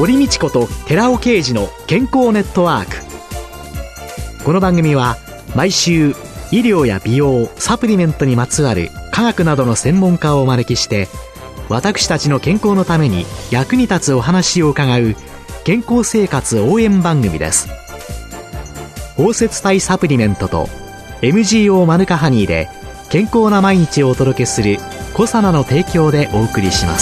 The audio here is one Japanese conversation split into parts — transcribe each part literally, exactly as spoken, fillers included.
堀道子と寺尾啓二の健康ネットワーク。この番組は毎週医療や美容、サプリメントにまつわる科学などの専門家をお招きして、私たちの健康のために役に立つお話を伺う健康生活応援番組です。包摂体サプリメントと エムジーオー マヌカハニーで健康な毎日をお届けするコサナの提供でお送りします。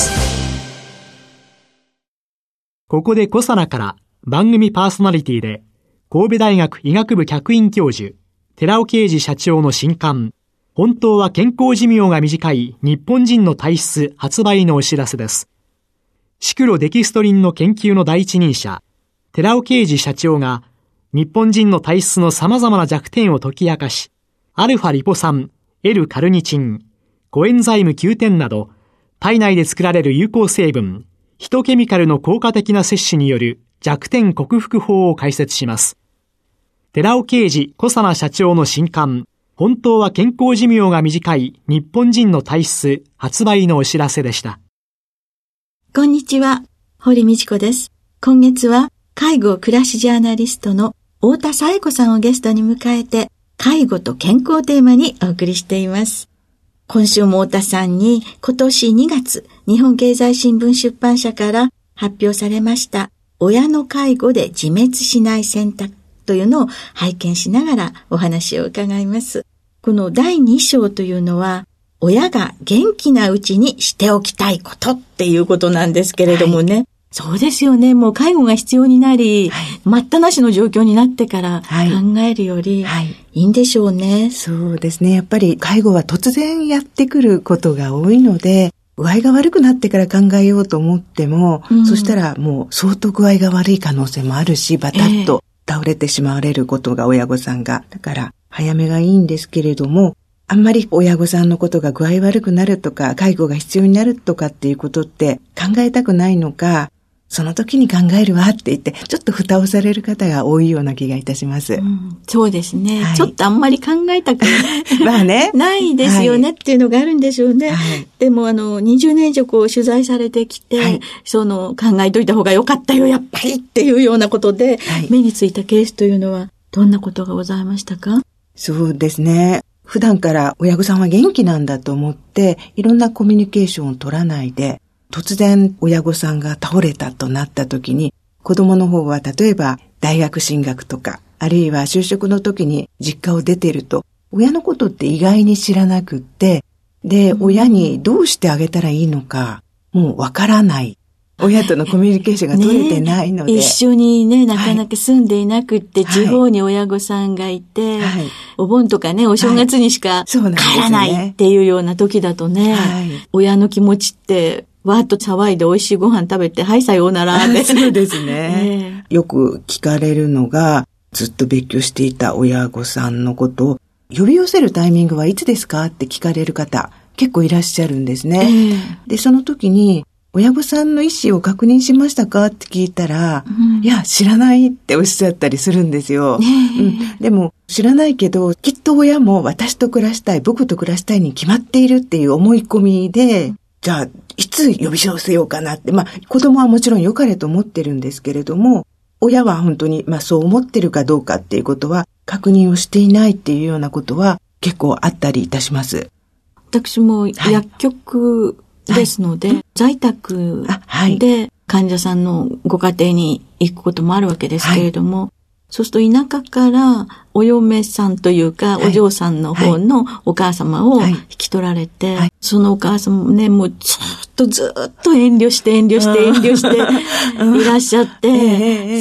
ここでコサナから番組パーソナリティで神戸大学医学部客員教授寺尾啓二社長の新刊、本当は健康寿命が短い日本人の体質発売のお知らせです。シクロデキストリンの研究の第一人者寺尾啓二社長が日本人の体質の様々な弱点を解き明かし、アルファリポ酸、L カルニチン、コエンザイムきゅうてんなど体内で作られる有効成分ヒトケミカルの効果的な摂取による弱点克服法を解説します。寺尾啓二コサナ社長の新刊、本当は健康寿命が短い日本人の体質発売のお知らせでした。 こんにちは、堀道子です。今月は介護暮らしジャーナリストの太田紗恵子さんをゲストに迎えて、介護と健康テーマにお送りしています。今週も太田さんに今年にがつ、日本経済新聞出版社から発表されました親の介護で自滅しない選択というのを拝見しながらお話を伺います。このだいに章というのは親が元気なうちにしておきたいことっていうことなんですけれどもね、はい、そうですよね。もう介護が必要になり、はい、待ったなしの状況になってから考えるより、はいはい、いいんでしょうね。 そうですね。やっぱり介護は突然やってくることが多いので、具合が悪くなってから考えようと思っても、うん、そしたらもう相当具合が悪い可能性もあるし、バタッと倒れてしまわれることが親御さんが。だから早めがいいんですけれども、あんまり親御さんのことが具合悪くなるとか、介護が必要になるとかっていうことって考えたくないのか、その時に考えるわって言って、ちょっと蓋をされる方が多いような気がいたします。うん、 そうですね、はい。ちょっとあんまり考えたくまあね、 ないですよね、はい、っていうのがあるんでしょうね。はい、でもあの、にじゅうねん以上こう取材されてきて、はい、その考えといた方が良かったよ、やっぱりっていうようなことで、はい、目についたケースというのはどんなことがございましたか？ そうですね。普段から親御さんは元気なんだと思って、いろんなコミュニケーションを取らないで、突然親御さんが倒れたとなった時に、子供の方は例えば大学進学とか、あるいは就職の時に実家を出ていると、親のことって意外に知らなくって、で、親にどうしてあげたらいいのか、もうわからない。親とのコミュニケーションが取れてないので。 ね、一緒にね、なかなか住んでいなくって、はい、地方に親御さんがいて、はい、お盆とかね、お正月にしか帰らないっていうような時だとね、はい、親の気持ちって、わーっと騒いで美味しいご飯食べて、はい、さようならって。 そうですね。よく聞かれるのが、ずっと別居していた親御さんのことを、呼び寄せるタイミングはいつですかって聞かれる方、結構いらっしゃるんですね。えー、で、その時に、親御さんの意思を確認しましたかって聞いたら、うん、いや、知らないっておっしゃったりするんですよ。ねうん、でも、知らないけど、きっと親も私と暮らしたい、僕と暮らしたいに決まっているっていう思い込みで、うん、じゃあ、いつ呼び寄せようかなって、まあ、子供はもちろん良かれと思ってるんですけれども、親は本当に、まあ、そう思ってるかどうかっていうことは、確認をしていないっていうようなことは、結構あったりいたします。 私も薬局、はいですので、はい、在宅で患者さんのご家庭に行くこともあるわけですけれども、はい、そうすると田舎からお嫁さんというか、はい、お嬢さんの方のお母様を引き取られて、はい、そのお母様もね、もうずっとずっと遠慮して遠慮して遠慮していらっしゃって、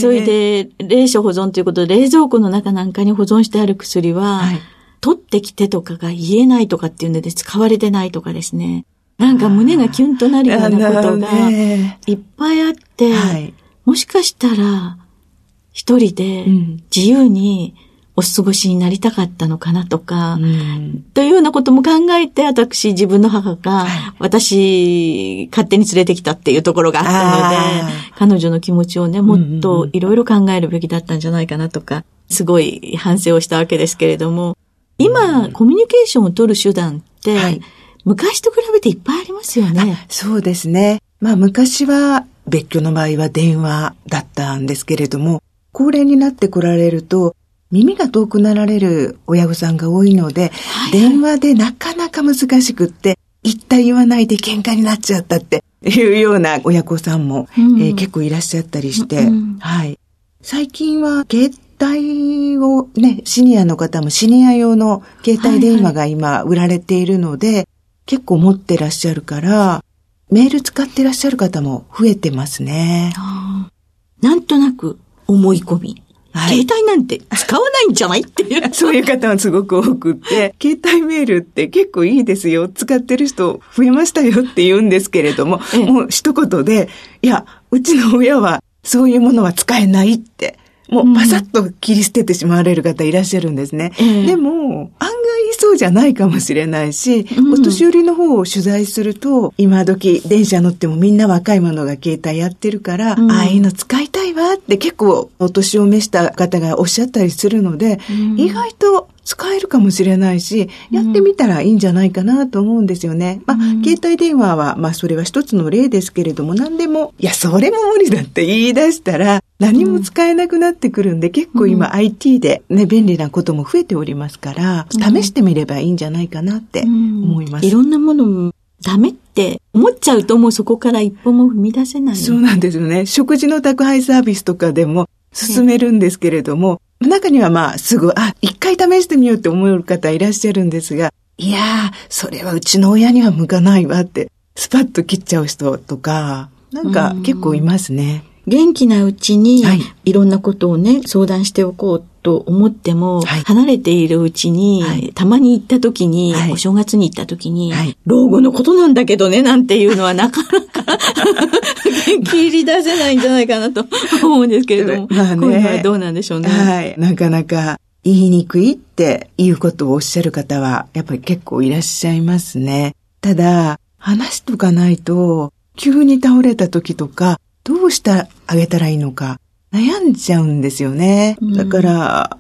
それで冷所保存ということで冷蔵庫の中なんかに保存してある薬は、はい、取ってきてとかが言えないとかっていうので使われてないとかですね。なんか胸がキュンとなるようなことがいっぱいあって、はい、もしかしたら一人で自由にお過ごしになりたかったのかなとか、うん、というようなことも考えて、私自分の母が、はい、私勝手に連れてきたっていうところがあったので、彼女の気持ちをね、もっといろいろ考えるべきだったんじゃないかなとか、すごい反省をしたわけですけれども、今、うん、コミュニケーションを取る手段って、はい、昔と比べていっぱいありますよね。 そうですね。まあ昔は別居の場合は電話だったんですけれども、高齢になってこられると耳が遠くなられる親御さんが多いので、はいはい、電話でなかなか難しくって言った言わないで喧嘩になっちゃったっていうような親子さんも、うん、えー、結構いらっしゃったりして、うん、はい。最近は携帯をね、シニアの方もシニア用の携帯電話が今売られているので、はいはい、結構持ってらっしゃるからメール使ってらっしゃる方も増えてますね。 なんとなく思い込み、はい、携帯なんて使わないんじゃないっていうそういう方はすごく多くって、携帯メールって結構いいですよ、使ってる人増えましたよって言うんですけれども、ええ、もう一言で、いや、うちの親はそういうものは使えないってもうパサッと切り捨ててしまわれる方いらっしゃるんですね。うん、でも案外そうじゃないかもしれないし、うん、お年寄りの方を取材すると、今時電車乗ってもみんな若い者が携帯やってるから、うん、ああいうの使いたいわって結構お年を召した方がおっしゃったりするので、うん、意外と使えるかもしれないし、やってみたらいいんじゃないかなと思うんですよね。まあ、うん、携帯電話は、まあ、それは一つの例ですけれども、何でも、いや、それも無理だって言い出したら、何も使えなくなってくるんで、うん、結構今 アイティー でね、便利なことも増えておりますから、うん、試してみればいいんじゃないかなって思います。 うん、いろんなものダメって思っちゃうともうそこから一歩も踏み出せない。 そうなんですよね。食事の宅配サービスとかでも進めるんですけれども、中にはまあすぐ、あ、一回試してみようって思う方いらっしゃるんですが、いやー、それはうちの親には向かないわって、スパッと切っちゃう人とか、なんか結構いますね。 元気なうちに、はい、いろんなことをね、相談しておこうと思っても、はい、離れているうちに、はい、たまに行った時に、はい、お正月に行った時に、はい、老後のことなんだけどね、なんていうのはなかなか切り出せないんじゃないかなと思うんですけれども、まあね、これはどうなんでしょうね。 はい。なかなか言いにくいっていうことをおっしゃる方は、やっぱり結構いらっしゃいますね。ただ、話しとかないと、急に倒れた時とか、どうしてあげたらいいのか悩んじゃうんですよね。だから、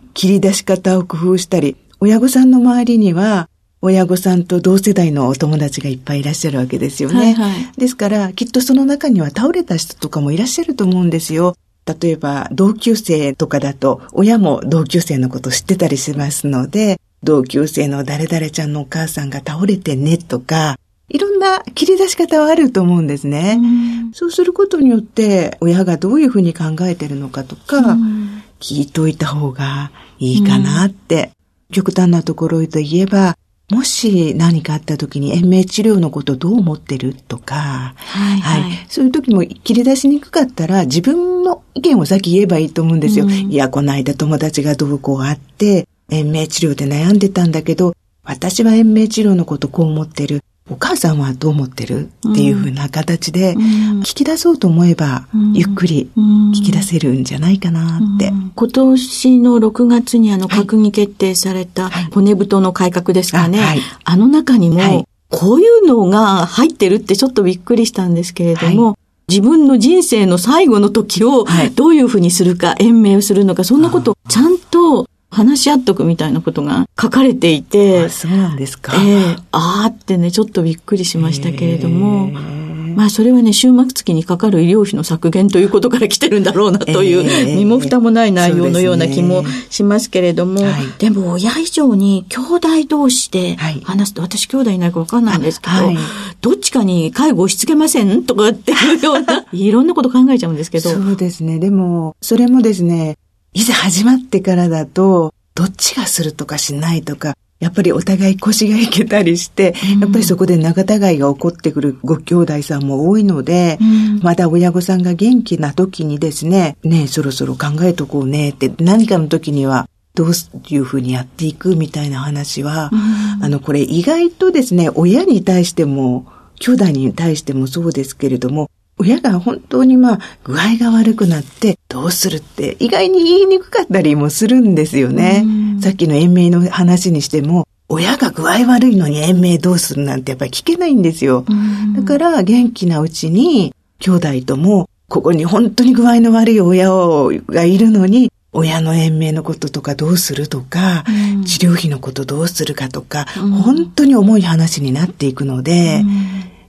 切り出し方を工夫したり、親御さんの周りには、親御さんと同世代のお友達がいっぱいいらっしゃるわけですよね。はいはい、ですから、きっとその中には倒れた人とかもいらっしゃると思うんですよ。例えば、同級生とかだと、親も同級生のことを知ってたりしますので、同級生の誰々ちゃんのお母さんが倒れてねとか、いろんな切り出し方はあると思うんですね。うん、そうすることによって親がどういうふうに考えてるのかとか、うん、聞いといた方がいいかなって、うん、極端なところで言えば、もし何かあった時に延命治療のことどう思ってるとか、はいはいはい、そういう時も切り出しにくかったら自分の意見を先言えばいいと思うんですよ。うん、いや、この間友達がどうこうあって延命治療で悩んでたんだけど、私は延命治療のことこう思ってる。お母さんはどう思ってるっていう風な形で聞き出そうと思えば、ゆっくり聞き出せるんじゃないかなって。 今年のろくがつにあの閣議決定された骨太の改革ですかね。はい、あの中にもこういうのが入ってるってちょっとびっくりしたんですけれども、はい、自分の人生の最後の時をどういう風にするか、延命をするのか、そんなことをちゃんと話し合っとくみたいなことが書かれていて、 あ、そうなんですか。 えー、あーってね、ちょっとびっくりしましたけれども、まあそれはね、終末期にかかる医療費の削減ということから来てるんだろうなという、えー、身も蓋もない内容のような気もしますけれども、でね、はい、でも親以上に兄弟同士で話すと、はい、私兄弟いないか分かんないんですけど、はい、どっちかに介護を押し付けませんとかっていうような、いろんなこと考えちゃうんですけど。 そうですね。でも、それもですね、いざ始まってからだと、どっちがするとかしないとか、やっぱりお互い腰がいけたりして、うん、やっぱりそこで仲違いが起こってくるご兄弟さんも多いので、うん、まだ親御さんが元気な時にですね、ねえ、そろそろ考えとこうねって、何かの時にはどういうふうにやっていくみたいな話は、うん、あの、これ意外とですね、親に対しても、兄弟に対してもそうですけれども、親が本当にまあ具合が悪くなってどうするって意外に言いにくかったりもするんですよね。さっきの延命の話にしても親が具合悪いのに延命どうするなんてやっぱり聞けないんですよ。だから元気なうちに兄弟ともここに本当に具合の悪い親がいるのに親の延命のこととかどうするとか、治療費のことどうするかとか、本当に重い話になっていくので、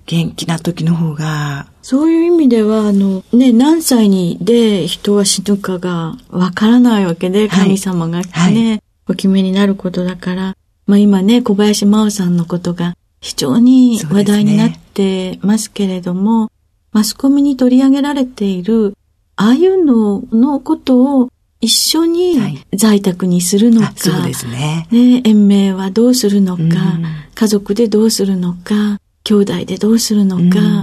元気な時の方が。 そういう意味では、あの、ね、何歳にで人は死ぬかがわからないわけで、神様がね、はいはい、お決めになることだから、まあ今ね、小林真央さんのことが非常に話題になってますけれども、ね、マスコミに取り上げられている、ああいうののことを一緒に在宅にするのか、はい、 そうですね。 ね、延命はどうするのか、うん、家族でどうするのか、兄弟でどうするのか、うん、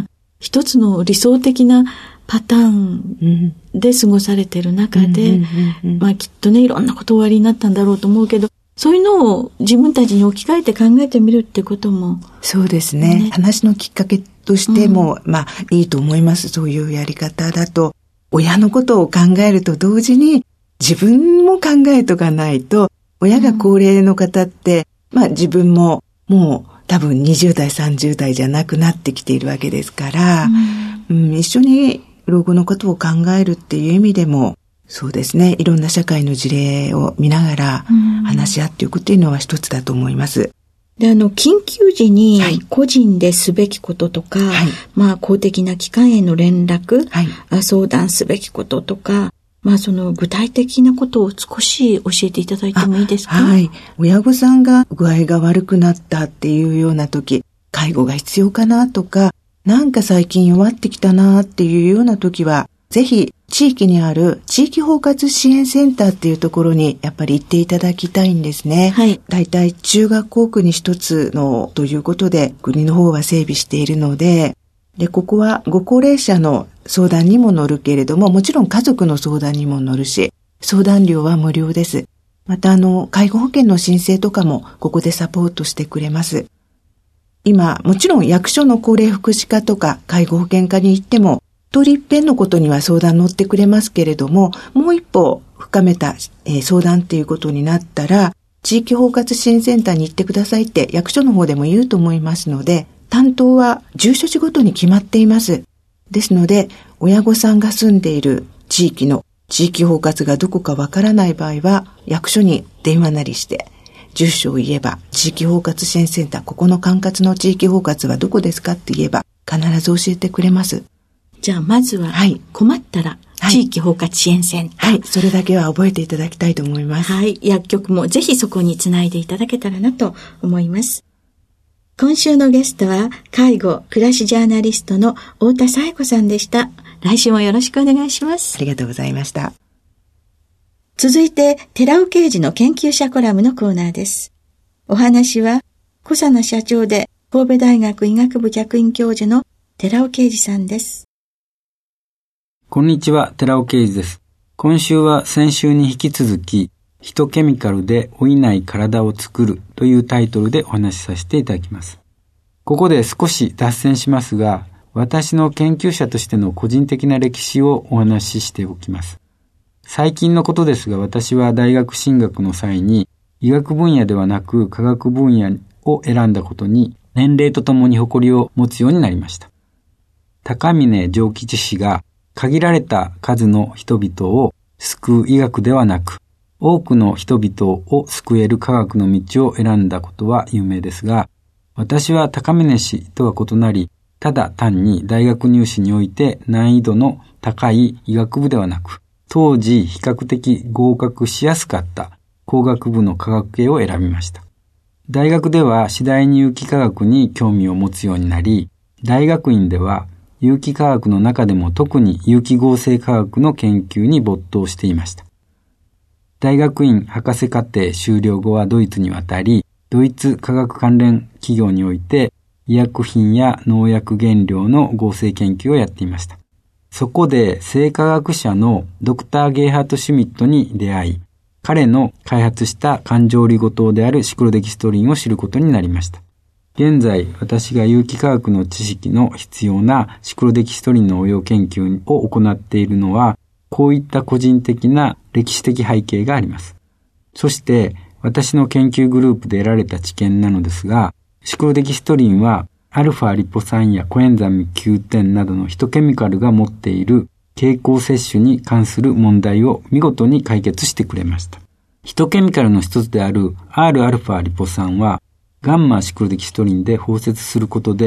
一つの理想的なパターンで過ごされている中で、まあきっとね、いろんなことおありになったんだろうと思うけど、そういうのを自分たちに置き換えて考えてみるってことも。 そうですね。ね、話のきっかけとしても、うん、まあいいと思います。そういうやり方だと。親のことを考えると同時に自分も考えとかないと、親が高齢の方って、うん、まあ自分ももう多分にじゅう代さんじゅう代じゃなくなってきているわけですから、うんうん、一緒に老後のことを考えるっていう意味でも、そうですね、いろんな社会の事例を見ながら話し合っていくっていうのは一つだと思います。 で、あの、緊急時に個人ですべきこととか、はい、まあ、公的な機関への連絡、はい、相談すべきこととか、まあ、その具体的なことを少し教えていただいてもいいですか？ はい。親御さんが具合が悪くなったっていうような時、介護が必要かなとか、なんか最近弱ってきたなっていうような時は、ぜひ地域にある地域包括支援センターっていうところにやっぱり行っていただきたいんですね。はい。だいたい中学校区に一つのということで国の方は整備しているので、で、ここはご高齢者の相談にも乗るけれども、もちろん家族の相談にも乗るし、相談料は無料です。またあの、介護保険の申請とかもここでサポートしてくれます。今、もちろん役所の高齢福祉課とか介護保険課に行っても、一人一遍のことには相談乗ってくれますけれども、もう一歩深めた、えー、相談っていうことになったら、地域包括支援センターに行ってくださいって役所の方でも言うと思いますので、担当は住所地ごとに決まっています。ですので、親御さんが住んでいる地域の地域包括がどこかわからない場合は、役所に電話なりして、住所を言えば、地域包括支援センター、ここの管轄の地域包括はどこですかって言えば、必ず教えてくれます。 じゃあまずは、困ったら、地域包括支援センター、 はい。はい。それだけは覚えていただきたいと思います。 はい。薬局もぜひそこにつないでいただけたらなと思います。今週のゲストは、介護・暮らしジャーナリストの太田紗恵子さんでした。来週もよろしくお願いします。 ありがとうございました。 続いて、寺尾啓二の研究者コラムのコーナーです。お話は、小佐奈社長で神戸大学医学部客員教授の寺尾啓二さんです。 こんにちは、寺尾啓二です。今週は先週に引き続き、ヒトケミカルで老いない体を作るというタイトルでお話しさせていただきます。ここで少し脱線しますが、私の研究者としての個人的な歴史をお話ししておきます。最近のことですが、私は大学進学の際に医学分野ではなく科学分野を選んだことに年齢とともに誇りを持つようになりました。高峰丈吉氏が限られた数の人々を救う医学ではなく、多くの人々を救える科学の道を選んだことは有名ですが、私は高峰氏とは異なり、ただ単に大学入試において難易度の高い医学部ではなく、当時比較的合格しやすかった工学部の科学系を選びました。大学では次第に有機化学に興味を持つようになり、大学院では有機化学の中でも特に有機合成化学の研究に没頭していました。大学院博士課程修了後はドイツに渡り、ドイツ化学関連企業において医薬品や農薬原料の合成研究をやっていました。そこで生化学者のドクター・ゲイハート・シュミットに出会い、彼の開発した環状リゴ糖であるシクロデキストリンを知ることになりました。現在、私が有機化学の知識の必要なシクロデキストリンの応用研究を行っているのは、こういった個人的な歴史的背景があります。そして、私の研究グループで得られた知見なのですが、シクロデキストリンは、アルファリポ酸やコエンザミ キューテン などのヒトケミカルが持っている経口摂取に関する問題を見事に解決してくれました。ヒトケミカルの一つである Rα リポ酸は、ガンマシクロデキストリンで包摂することで、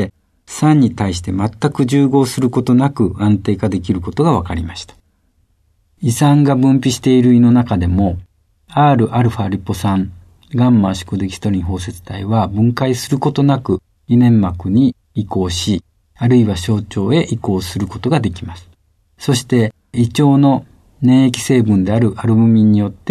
酸に対して全く重合することなく安定化できることが分かりました。胃酸が分泌している胃の中でも Rα リポ酸、ガンマシコデキストリン包摂体は分解することなく胃粘膜に移行し、あるいは小腸へ移行することができます。そして胃腸の粘液成分であるアルブミンによって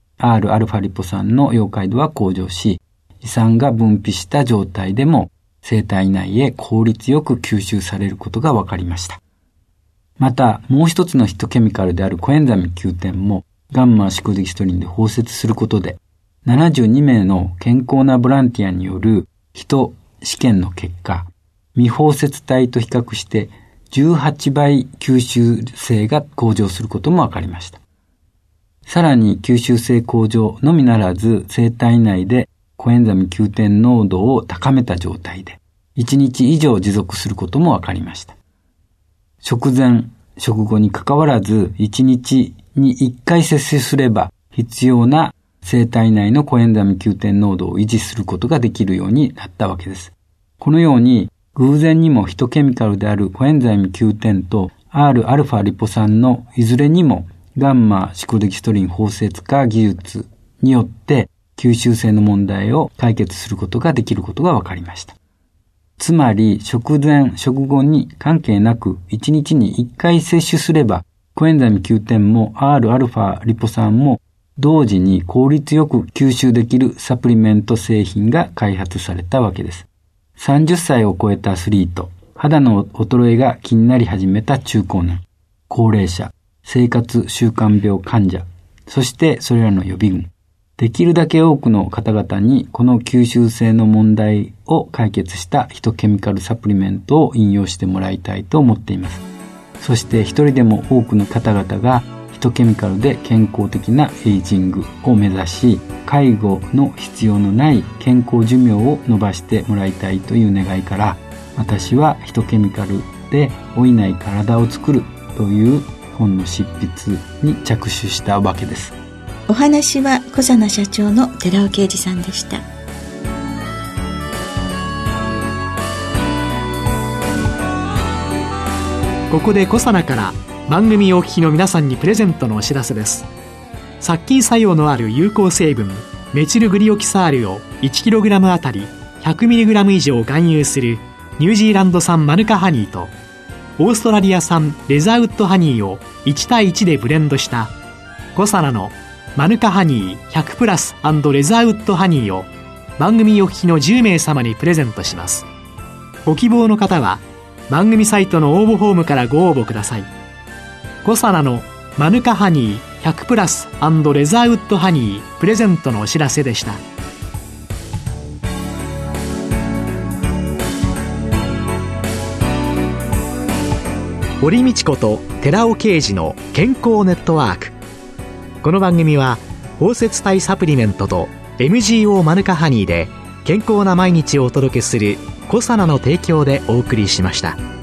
Rα リポ酸の溶解度は向上し、胃酸が分泌した状態でも生体内へ効率よく吸収されることが分かりました。また、もう一つのヒトケミカルであるコエンザイム キューテン もガンマシコデキストリンで包摂することで、ななじゅうにめいの健康なボランティアによるヒト試験の結果、未包摂体と比較してじゅうはちばい吸収性が向上することも分かりました。さらに吸収性向上のみならず、生体内でコエンザイム キューテン 濃度を高めた状態でいちにち以上持続することも分かりました。食前、食後に関わらずいちにちにいっかい摂取すれば必要な生体内のコエンザイム キューテン 濃度を維持することができるようになったわけです。このように偶然にもヒトケミカルであるコエンザイム キューテン と Rα リポ酸のいずれにもガンマシコデキストリン包摂化技術によって吸収性の問題を解決することができることが分かりました。つまり食前、食後に関係なくいちにちにいっかい摂取すればコエンザイム キューテン も Rα リポ酸も同時に効率よく吸収できるサプリメント製品が開発されたわけです。さんじゅっさいを超えたアスリート、肌の衰えが気になり始めた中高年、高齢者、生活習慣病患者、そしてそれらの予備軍、できるだけ多くの方々にこの吸収性の問題を解決したヒトケミカルサプリメントを引用してもらいたいと思っています。そして一人でも多くの方々がヒトケミカルで健康的なエイジングを目指し、介護の必要のない健康寿命を伸ばしてもらいたいという願いから、私はヒトケミカルで老いない体を作るという本の執筆に着手したわけです。 お話は小佐奈社長の寺尾啓二さんでした。 ここで小佐奈から番組お聞きの皆さんにプレゼントのお知らせです。殺菌作用のある有効成分メチルグリオキサールを いちキログラム あたり ひゃくミリグラム 以上含有するニュージーランド産マヌカハニーとオーストラリア産レザーウッドハニーをいちたいいちでブレンドした小佐奈のマヌカハニーひゃくプラス&レザーウッドハニーを番組お聞きのじゅうめいさまにプレゼントします。ご希望の方は番組サイトの応募フォームからご応募ください。小佐奈のマヌカハニーひゃくプラス&レザーウッドハニープレゼントのお知らせでした。堀道子と寺尾啓二の健康ネットワーク。この番組は包摂体サプリメントと エムジーオー マヌカハニーで健康な毎日をお届けする小佐奈の提供でお送りしました。